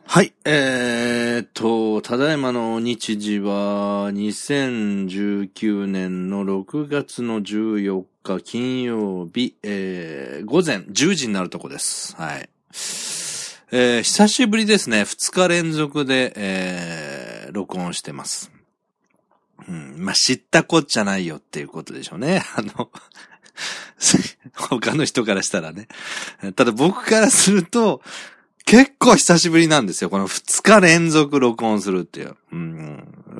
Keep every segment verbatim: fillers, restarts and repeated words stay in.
はい、えーっと、ただいまの日時はにせんじゅうきゅうねんのろくがつのじゅうよっか金曜日、えー、午前じゅうじになるとこです。はい。えー、久しぶりですね。ふつか連続で、えー、録音してます。うん、まあ、知ったこっちゃないよっていうことでしょうね。あの、他の人からしたらね。ただ僕からすると、結構久しぶりなんですよ。このふつか連続録音するっていう。うん、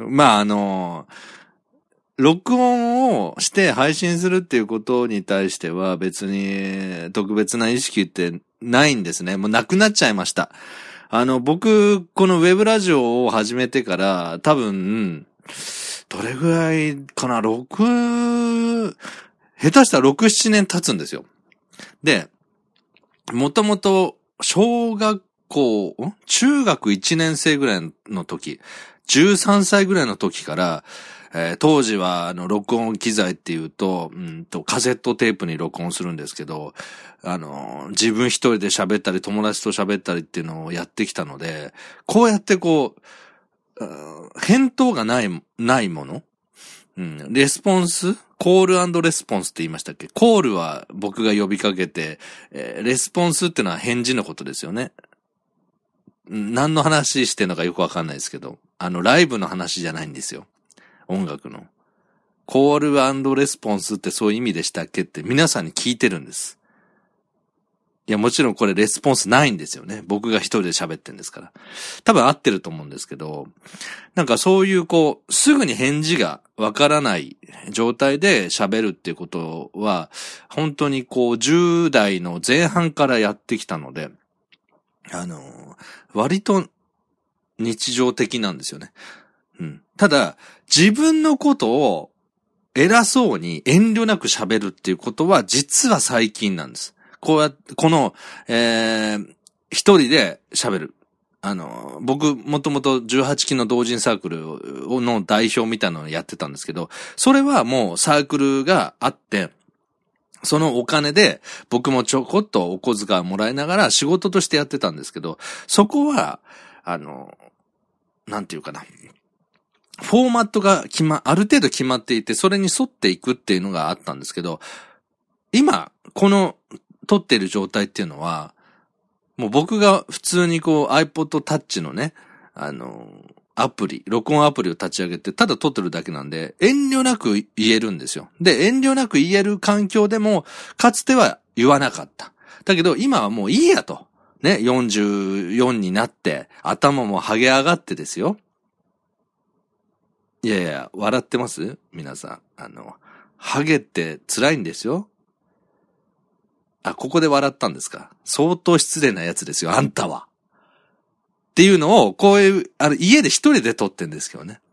まあ、あの、録音をして配信するっていうことに対しては別に特別な意識ってないんですね。もうなくなっちゃいました。あの、僕、このウェブラジオを始めてから多分、どれぐらいかな、ろく、下手したらろく、ななねん経つんですよ。で、もともと小学校、中学いちねん生ぐらいの時、じゅうさんさいぐらいの時から、えー、当時はあの録音機材っていうと、うんとカセットテープに録音するんですけど、あの自分一人で喋ったり友達と喋ったりっていうのをやってきたので、こうやってこう、返答がない、ないもの、うん、レスポンスコール&レスポンスって言いましたっけ？コールは僕が呼びかけて、えー、レスポンスってのは返事のことですよね。何の話してんのかよくわかんないですけど、あの、ライブの話じゃないんですよ。音楽の。コール&レスポンスってそういう意味でしたっけって皆さんに聞いてるんです。いや、もちろんこれレスポンスないんですよね。僕が一人で喋ってんですから。多分合ってると思うんですけど、なんかそういうこう、すぐに返事がわからない状態で喋るっていうことは、本当にこう、じゅう代の前半からやってきたので、あの、割と日常的なんですよね。うん。ただ、自分のことを偉そうに遠慮なく喋るっていうことは実は最近なんです。こうやって、この、えー、一人で喋る。あの、僕、もともとじゅうはちきの同人サークルの代表みたいなのをやってたんですけど、それはもうサークルがあって、そのお金で僕もちょこっとお小遣いもらいながら仕事としてやってたんですけど、そこは、あの、なんていうかな。フォーマットが決ま、ある程度決まっていて、それに沿っていくっていうのがあったんですけど、今、この撮っている状態っていうのは、もう僕が普通にこう iPod Touch のね、あの、アプリ、録音アプリを立ち上げて、ただ撮ってるだけなんで、遠慮なく言えるんですよ。で、遠慮なく言える環境でも、かつては言わなかった。だけど、今はもういいやと。ね、よんじゅうよんになって、頭も剥げ上がってですよ。いやいや、笑ってます皆さん。あの、ハゲって辛いんですよ。あ、ここで笑ったんですか？相当失礼なやつですよ、あんたは。っていうのを、こういう、あの、家で一人で撮ってんですけどね。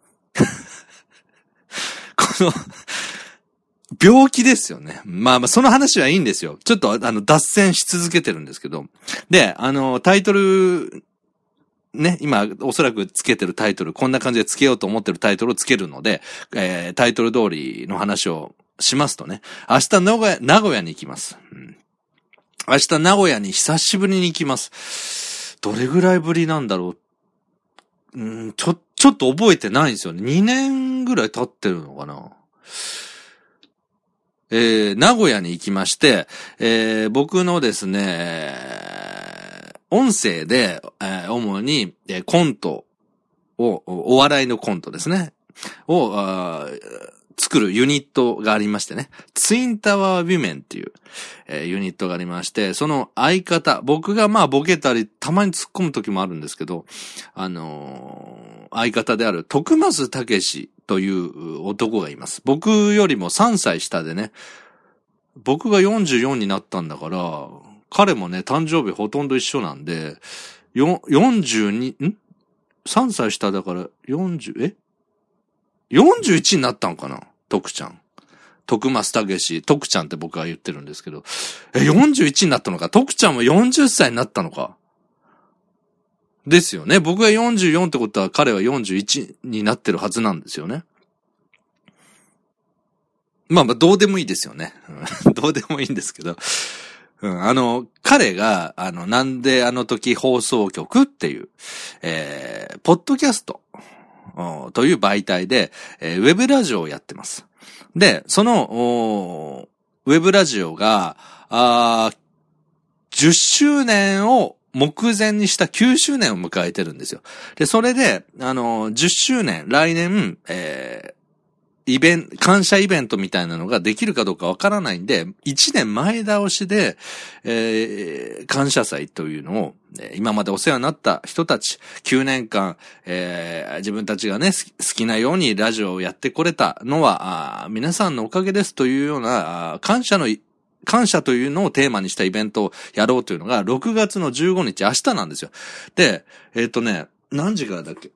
この、病気ですよね。まあまあ、その話はいいんですよ。ちょっと、あの、脱線し続けてるんですけど。で、あの、タイトル、ね、今、おそらくつけてるタイトル、こんな感じでつけようと思ってるタイトルをつけるので、えー、タイトル通りの話をしますとね、明日名古屋、名古屋に行きます。うん、明日名古屋に久しぶりに行きます。どれぐらいぶりなんだろう。うん、ちょ、ちょっと覚えてないんですよね。にねんぐらい経ってるのかな。えー、名古屋に行きまして、えー、僕のですね、音声で、えー、主に、えー、コントを、お笑いのコントですね、を、作るユニットがありましてね、ツインタワーウィメンっていう、えー、ユニットがありまして、その相方、僕がまあボケたり、たまに突っ込む時もあるんですけど、あのー、相方である徳増武史という男がいます。僕よりもさんさい下でね、僕がよんじゅうよんになったんだから、彼もね、誕生日ほとんど一緒なんで、よ、よんじゅうに、ん ?さん 歳下だからよんじゅう、え ?よんじゅういち になったんかな徳ちゃん。徳増武史、徳ちゃんって僕は言ってるんですけど、え、よんじゅういちになったのか徳ちゃんもよんじゅっさいになったのかですよね。僕がよんじゅうよんってことは彼はよんじゅういちになってるはずなんですよね。まあまあどうでもいいですよね。どうでもいいんですけど。 うん、あの、彼が、あの、なんであの時放送局っていう、えー、ポッドキャストという媒体で、えー、ウェブラジオをやってます。で、その、ウェブラジオが、あじゅっしゅうねんを目前にしたきゅうしゅうねんを迎えてるんですよ。で、それで、あの、じゅっしゅうねん、来年、えー、イベント、感謝イベントみたいなのができるかどうかわからないんで、いちねんまえ倒しで、えー、感謝祭というのを、今までお世話になった人たち、きゅうねんかん、えー、自分たちがね、好きなようにラジオをやってこれたのは、皆さんのおかげですというような、感謝の、感謝というのをテーマにしたイベントをやろうというのが、ろくがつのじゅうごにち、明日なんですよ。で、えっとね、何時からだっけ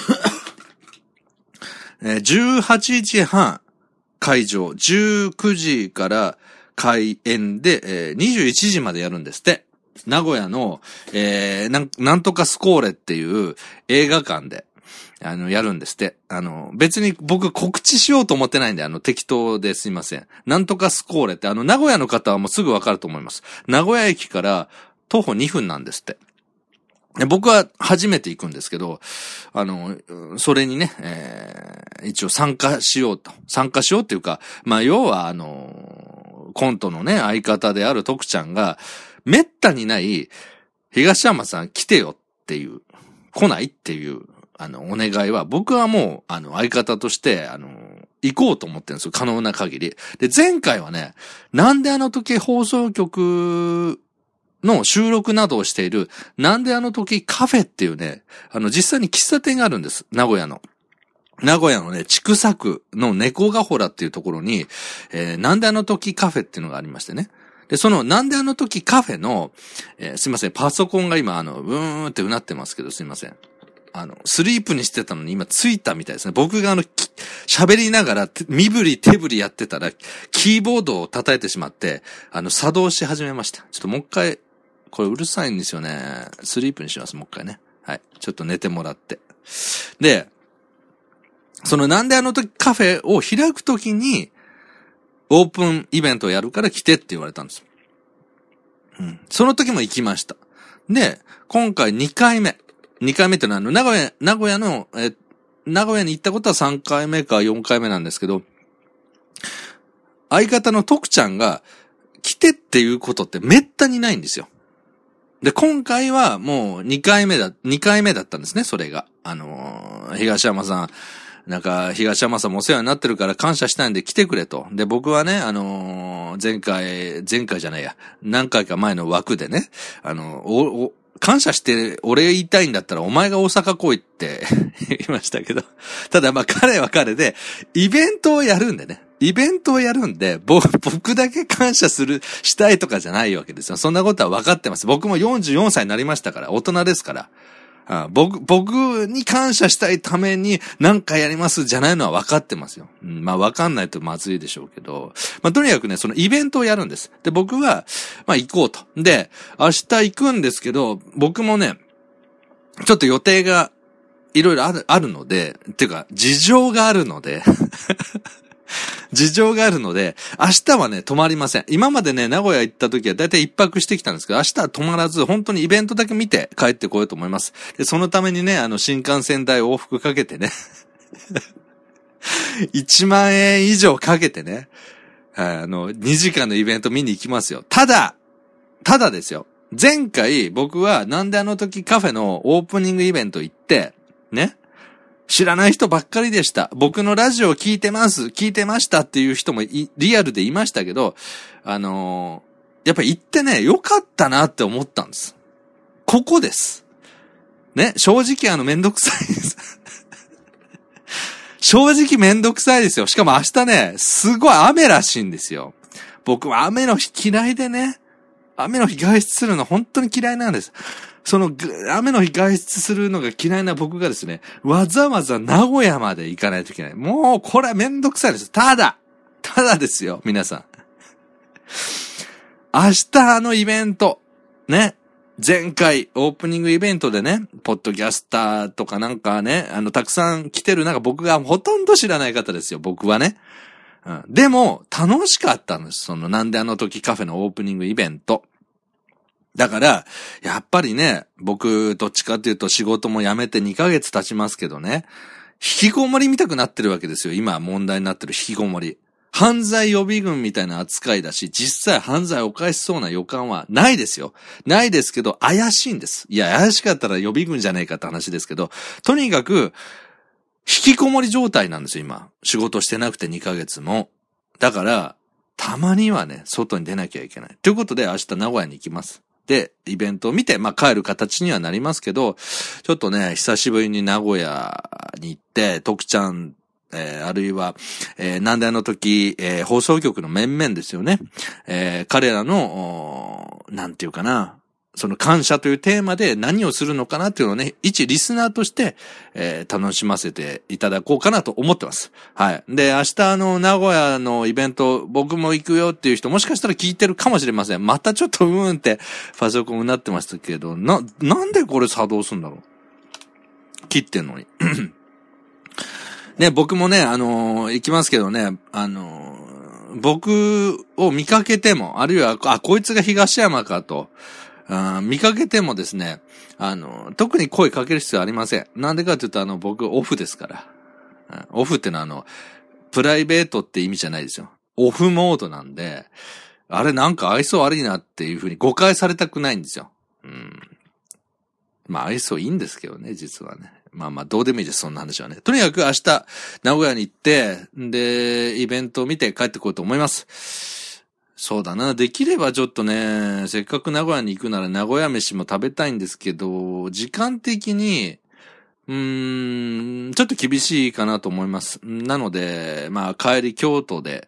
じゅうはちじはん会場、じゅうくじから開演で、にじゅういちじまでやるんですって。名古屋の、えー、なん、なんとかスコーレっていう映画館で、あの、やるんですって。あの、別に僕告知しようと思ってないんで、あの、適当ですいません。なんとかスコーレって、あの、名古屋の方はもうすぐわかると思います。名古屋駅から徒歩にふんなんですって。僕は初めて行くんですけど、あの、それにね、えー、一応参加しようと。参加しようっていうか、まあ、要はあの、コントのね、相方である徳ちゃんが、めったにない東山さん来てよっていう、来ないっていう、あの、お願いは、僕はもう、あの、相方として、あの、行こうと思ってるんですよ。可能な限り。で、前回はね、なんであの時放送局、の収録などをしている、なんであの時カフェっていうね、あの実際に喫茶店があるんです。名古屋の。名古屋のね、千種区の猫ヶ原っていうところに、えー、なんであの時カフェっていうのがありましてね。で、その、なんであの時カフェの、えー、すいません、パソコンが今、あの、うーんってうなってますけど、すいません。あの、スリープにしてたのに今ついたみたいですね。僕があの、喋りながら、身振り手振りやってたら、キーボードを叩いてしまって、あの、作動し始めました。ちょっともう一回、これうるさいんですよね。スリープにします、もう一回ね。はい。ちょっと寝てもらって。で、そのなんであの時カフェを開くときに、オープンイベントをやるから来てって言われたんです。うん。その時も行きました。で、今回にかいめ。にかいめってのは、あの、名古屋、名古屋の、え、名古屋に行ったことはさんかいめかよんかいめなんですけど、相方の徳ちゃんが来てっていうことってめったにないんですよ。で、今回はもうにかいめだ、にかいめだったんですね、それが。あのー、東山さん、なんか、東山さんもお世話になってるから感謝したいんで来てくれと。で、僕はね、あのー、前回、前回じゃないや、何回か前の枠でね、あのー、お、お、感謝して俺言いたいんだったらお前が大阪来いって言いましたけど。ただまあ彼は彼で、イベントをやるんでね。イベントをやるんで、僕、僕だけ感謝する、したいとかじゃないわけですよ。そんなことは分かってます。僕もよんじゅうよんさいになりましたから、大人ですから。ああ僕、僕に感謝したいために何かやりますじゃないのは分かってますよ。うん、まあ分かんないとまずいでしょうけど。まあとにかくね、そのイベントをやるんです。で、僕は、まあ行こうと。で、明日行くんですけど、僕もね、ちょっと予定がいろいろある、あるので、っていうか、事情があるので、事情があるので、明日はね、泊まりません。今までね、名古屋行った時はだいたい一泊してきたんですけど、明日は泊まらず、本当にイベントだけ見て帰ってこようと思います。で、そのためにね、あの、新幹線代往復かけてね、いちまんえん以上かけてね、あの、にじかんのイベント見に行きますよ。ただ、ただですよ。前回僕はなんであの時カフェのオープニングイベント行って、ね、知らない人ばっかりでした。僕のラジオ聞いてます、聞いてましたっていう人もリアルでいましたけど、あのー、やっぱり行ってね、良かったなって思ったんです。ここです。ね、正直あのめんどくさいです。正直めんどくさいですよ。しかも明日ね、すごい雨らしいんですよ。僕は雨の日嫌いでね、雨の日外出するの本当に嫌いなんです。その、雨の日外出するのが嫌いな僕がですね、わざわざ名古屋まで行かないといけない。もう、これはめんどくさいです。ただ、ただですよ、皆さん。明日のイベント、ね、前回オープニングイベントでね、ポッドキャスターとかなんかね、あの、たくさん来てる中、僕がほとんど知らない方ですよ、僕はね。うん、でも、楽しかったんです。その、なんであの時カフェのオープニングイベント。 だから、やっぱりね、僕、どっちかっていうと仕事も辞めてにかげつ経ちますけどね、引きこもり見たくなってるわけですよ。今問題になってる引きこもり。犯罪予備軍みたいな扱いだし、実際犯罪を犯しそうな予感はないですよ。ないですけど、怪しいんです。いや、怪しかったら予備軍じゃねえかって話ですけど、とにかく、引きこもり状態なんですよ、今。仕事してなくてにかげつも。だから、たまにはね、外に出なきゃいけない。ということで、明日名古屋に行きます。で、イベントを見て、まあ、帰る形にはなりますけど、ちょっとね、久しぶりに名古屋に行って、徳ちゃん、えー、あるいは、えー、なんであの時、えー、放送局の面々ですよね。えー、彼らの、なんていうかな、その感謝というテーマで何をするのかなっていうのをね、一リスナーとして、えー、楽しませていただこうかなと思ってます。はい。で、明日あの、名古屋のイベント、僕も行くよっていう人、もしかしたら聞いてるかもしれません。またちょっとうーんって、パソコンになってましたけど、な、なんでこれ作動するんだろう。切ってんのに。ね、僕もね、あのー、行きますけどね、あのー、僕を見かけても、あるいは、あ、こいつが東山かと、あ見かけてもですね、あの、特に声かける必要ありません。なんでかというと、あの、僕、オフですから。オフってのは、あの、プライベートって意味じゃないですよ。オフモードなんで、あれなんか愛想悪いなっていうふうに誤解されたくないんですよ。うん。まあ、愛想いいんですけどね、実はね。まあまあ、どうでもいいです、そんな話はね。とにかく明日、名古屋に行って、で、イベントを見て帰ってこようと思います。そうだな。できればちょっとね、せっかく名古屋に行くなら名古屋飯も食べたいんですけど、時間的に、うーん、ちょっと厳しいかなと思います。なので、まあ帰り京都で、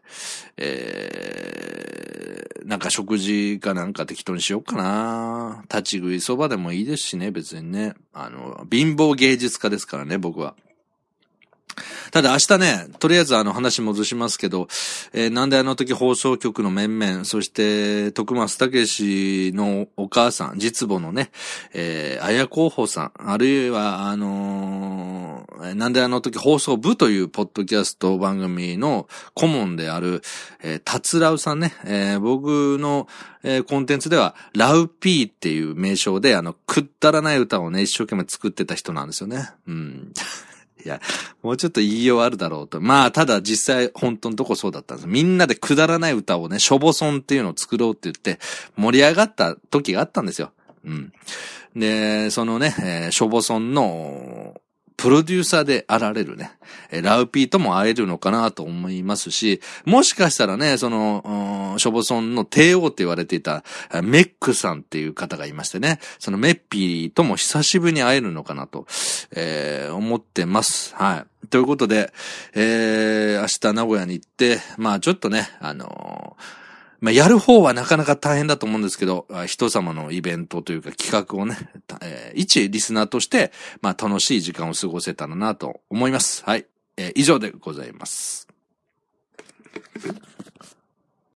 えー、なんか食事かなんか適当にしようかな。立ち食いそばでもいいですしね、別にね。あの、貧乏芸術家ですからね、僕は。ただ明日ね、とりあえずあの話戻しますけど、えー、なんであの時放送局の面々、そして徳松武史のお母さん、実母のね、えー、綾候補さん、あるいはあのー、なんであの時放送部というポッドキャスト番組の顧問である、えー、達郎さんね、えー、僕の、えー、コンテンツではラウピーっていう名称であの、くったらない歌をね、一生懸命作ってた人なんですよね。うん。いや、もうちょっと言いようあるだろうと。まあ、ただ実際本当のとこそうだったんです。みんなでくだらない歌をね、しょぼそんっていうのを作ろうって言って盛り上がった時があったんですよ。うん。で、そのね、えー、しょぼそんのプロデューサーであられるね、ラウピーとも会えるのかなと思いますし、もしかしたらね、その、ショボソンの帝王って言われていたメックさんっていう方がいましてね、そのメッピーとも久しぶりに会えるのかなと、えー、思ってます。はい。ということで、えー、明日名古屋に行って、まあちょっとね、あのー、まあ、やる方はなかなか大変だと思うんですけど、人様のイベントというか企画をね、えー、一リスナーとして、まあ、楽しい時間を過ごせたらなと思います。はい。えー、以上でございます。